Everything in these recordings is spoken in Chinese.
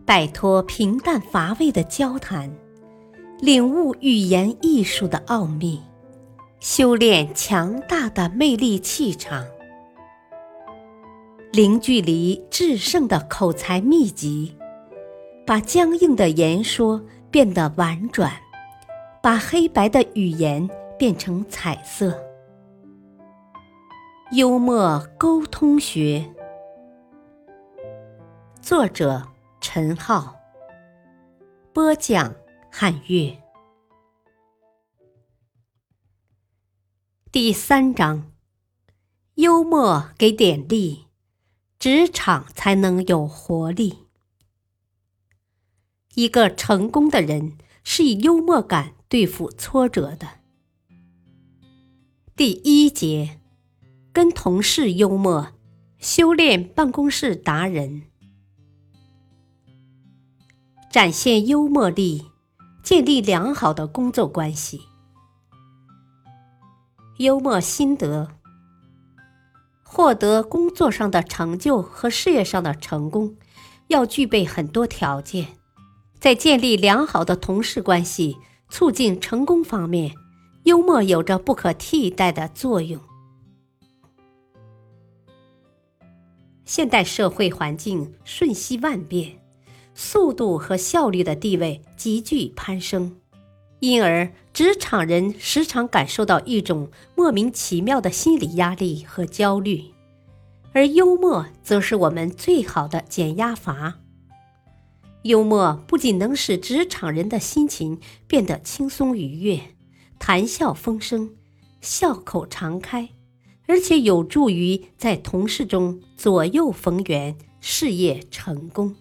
摆脱平淡乏味的交谈，领悟语言艺术的奥秘，修炼强大的魅力气场。零距离制胜的口才秘籍，把僵硬的言说变得婉转，把黑白的语言变成彩色。幽默沟通学，作者陈浩，播讲汉乐。第3章，幽默给点力，职场才能有活力。一个成功的人是以幽默感对付挫折的。第1节，跟同事幽默，修炼办公室达人。展现幽默力，建立良好的工作关系。幽默心得：获得工作上的成就和事业上的成功，要具备很多条件。在建立良好的同事关系、促进成功方面，幽默有着不可替代的作用。现代社会环境瞬息万变，速度和效率的地位急剧攀升，因而职场人时常感受到一种莫名其妙的心理压力和焦虑，而幽默则是我们最好的减压阀。幽默不仅能使职场人的心情变得轻松愉悦，谈笑风生，笑口常开，而且有助于在同事中左右逢源，事业成功。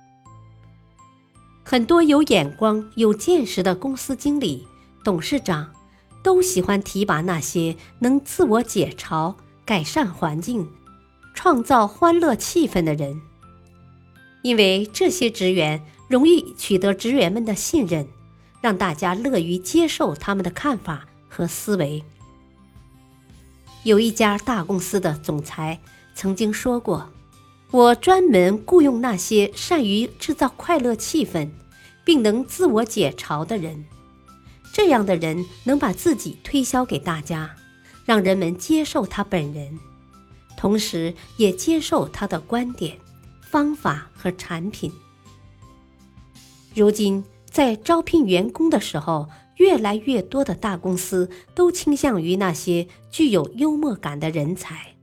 很多有眼光、有见识的公司经理、董事长都喜欢提拔那些能自我解嘲、改善环境、创造欢乐气氛的人，因为这些职员容易取得职员们的信任，让大家乐于接受他们的看法和思维。有一家大公司的总裁曾经说过，我专门雇佣那些善于制造快乐气氛，并能自我解嘲的人。这样的人能把自己推销给大家，让人们接受他本人，同时也接受他的观点、方法和产品。如今，在招聘员工的时候，越来越多的大公司都倾向于那些具有幽默感的人才。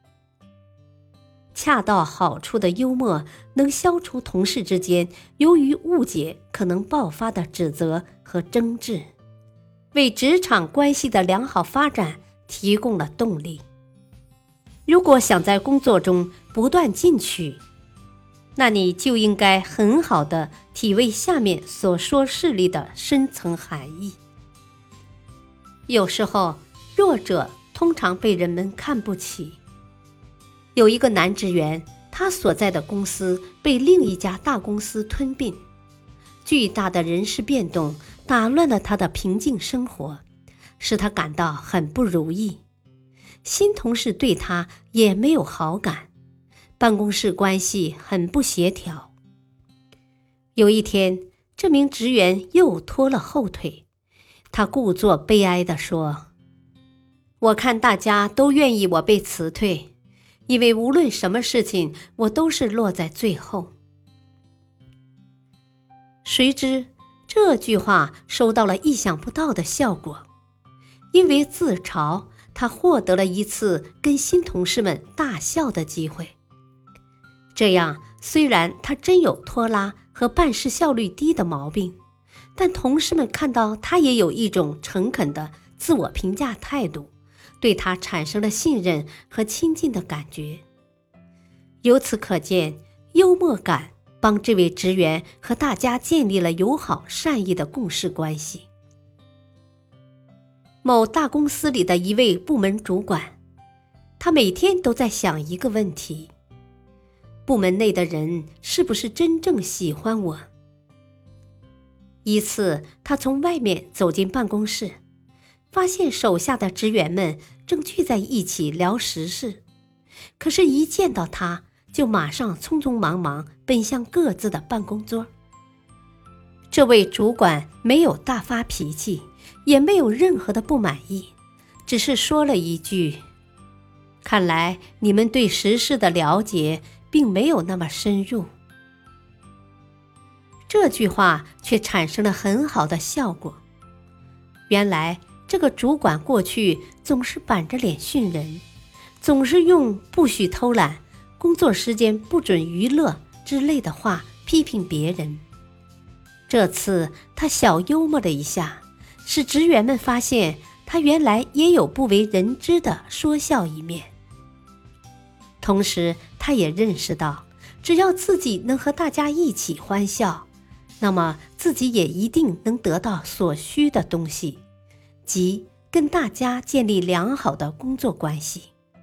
恰到好处的幽默能消除同事之间由于误解可能爆发的指责和争执，为职场关系的良好发展提供了动力。如果想在工作中不断进取，那你就应该很好地体味下面所说事例的深层含义。有时候，弱者通常被人们看不起。有一个男职员，他所在的公司被另一家大公司吞并，巨大的人事变动打乱了他的平静生活，使他感到很不如意。新同事对他也没有好感，办公室关系很不协调。有一天，这名职员又拖了后腿，他故作悲哀地说：“我看大家都愿意我被辞退，因为无论什么事情，我都是落在最后。”谁知这句话收到了意想不到的效果，因为自嘲，他获得了一次跟新同事们大笑的机会。这样，虽然他真有拖拉和办事效率低的毛病，但同事们看到他也有一种诚恳的自我评价态度，对他产生了信任和亲近的感觉。由此可见，幽默感帮这位职员和大家建立了友好善意的共事关系。某大公司里的一位部门主管，他每天都在想一个问题：部门内的人是不是真正喜欢我？一次，他从外面走进办公室，发现手下的职员们正聚在一起聊时事，可是一见到他， 就马上匆匆忙忙奔向各自的办公桌。这位主管没有大发脾气，也没有任何的不满意，只是说了一句：看来你们对时事的了解并没有那么深入。这句话却产生了很好的效果。原来这个主管过去总是板着脸训人，总是用不许偷懒、工作时间不准娱乐之类的话批评别人。这次他小幽默了一下，使职员们发现他原来也有不为人知的说笑一面。同时他也认识到，只要自己能和大家一起欢笑，那么自己也一定能得到所需的东西，即跟大家建立良好的工作关系。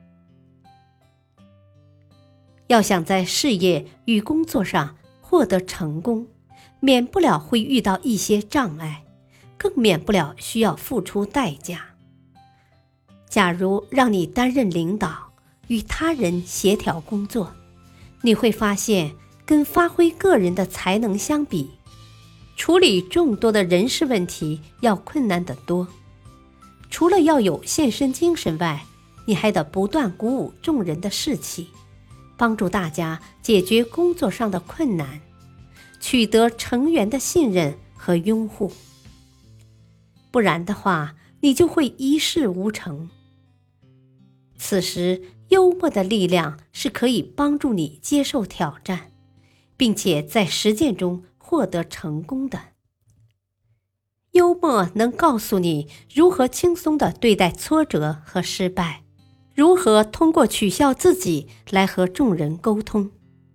要想在事业与工作上获得成功，免不了会遇到一些障碍，更免不了需要付出代价。假如让你担任领导，与他人协调工作，你会发现跟发挥个人的才能相比，处理众多的人事问题要困难得多。除了要有献身精神外，你还得不断鼓舞众人的士气，帮助大家解决工作上的困难，取得成员的信任和拥护。不然的话，你就会一事无成。此时，幽默的力量是可以帮助你接受挑战，并且在实践中获得成功的。幽默能告诉你如何轻松地对待挫折和失败，如何通过取笑自己来和众人沟通。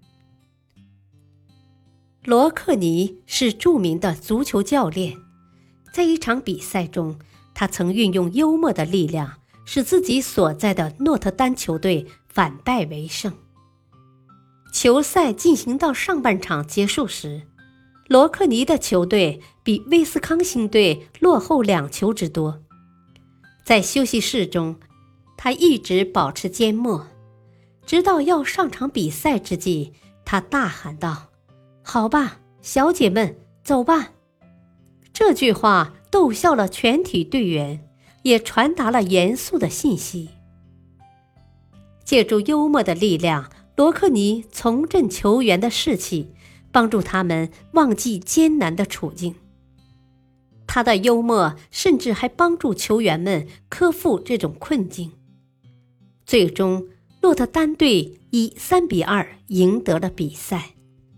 罗克尼是著名的足球教练，在一场比赛中，他曾运用幽默的力量，使自己所在的诺特丹球队反败为胜。球赛进行到上半场结束时，罗克尼的球队比威斯康星队落后2球之多。在休息室中，他一直保持缄默，直到要上场比赛之际，他大喊道：好吧，小姐们，走吧。这句话逗笑了全体队员，也传达了严肃的信息。借助幽默的力量，罗克尼重振球员的士气，帮助他们忘记艰难的处境。他的幽默甚至还帮助球员们克服这种困境。最终，诺特丹队以3-2赢得了比赛。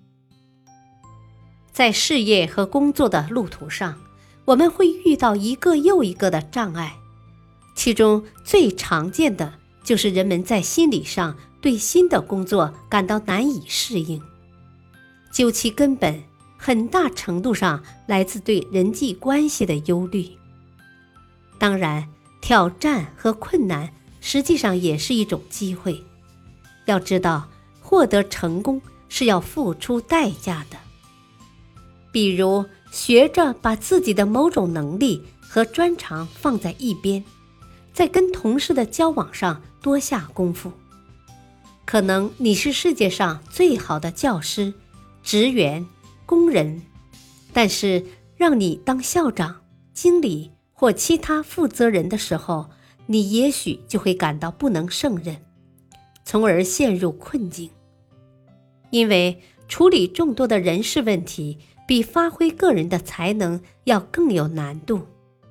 在事业和工作的路途上，我们会遇到一个又一个的障碍，其中最常见的就是人们在心理上对新的工作感到难以适应。究其根本，很大程度上来自对人际关系的忧虑。当然，挑战和困难实际上也是一种机会。要知道，获得成功是要付出代价的。比如，学着把自己的某种能力和专长放在一边，在跟同事的交往上多下功夫。可能你是世界上最好的教师、职员、工人，但是让你当校长、经理或其他负责人的时候，你也许就会感到不能胜任，从而陷入困境。因为处理众多的人事问题比发挥个人的才能要更有难度。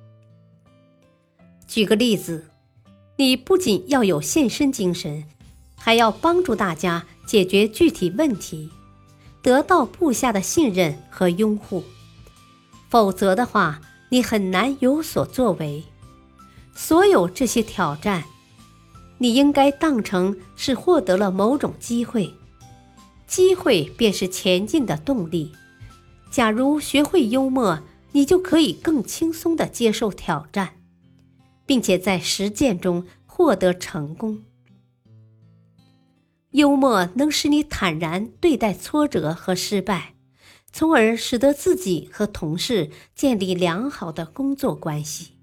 举个例子，你不仅要有献身精神，还要帮助大家解决具体问题，得到部下的信任和拥护。否则的话，你很难有所作为。所有这些挑战，你应该当成是获得了某种机会，机会便是前进的动力。假如学会幽默，你就可以更轻松地接受挑战，并且在实践中获得成功。幽默能使你坦然对待挫折和失败，从而使得自己和同事建立良好的工作关系。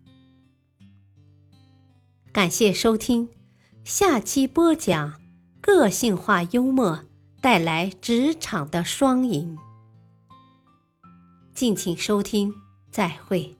感谢收听，下期播讲个性化幽默带来职场的双赢。敬请收听，再会。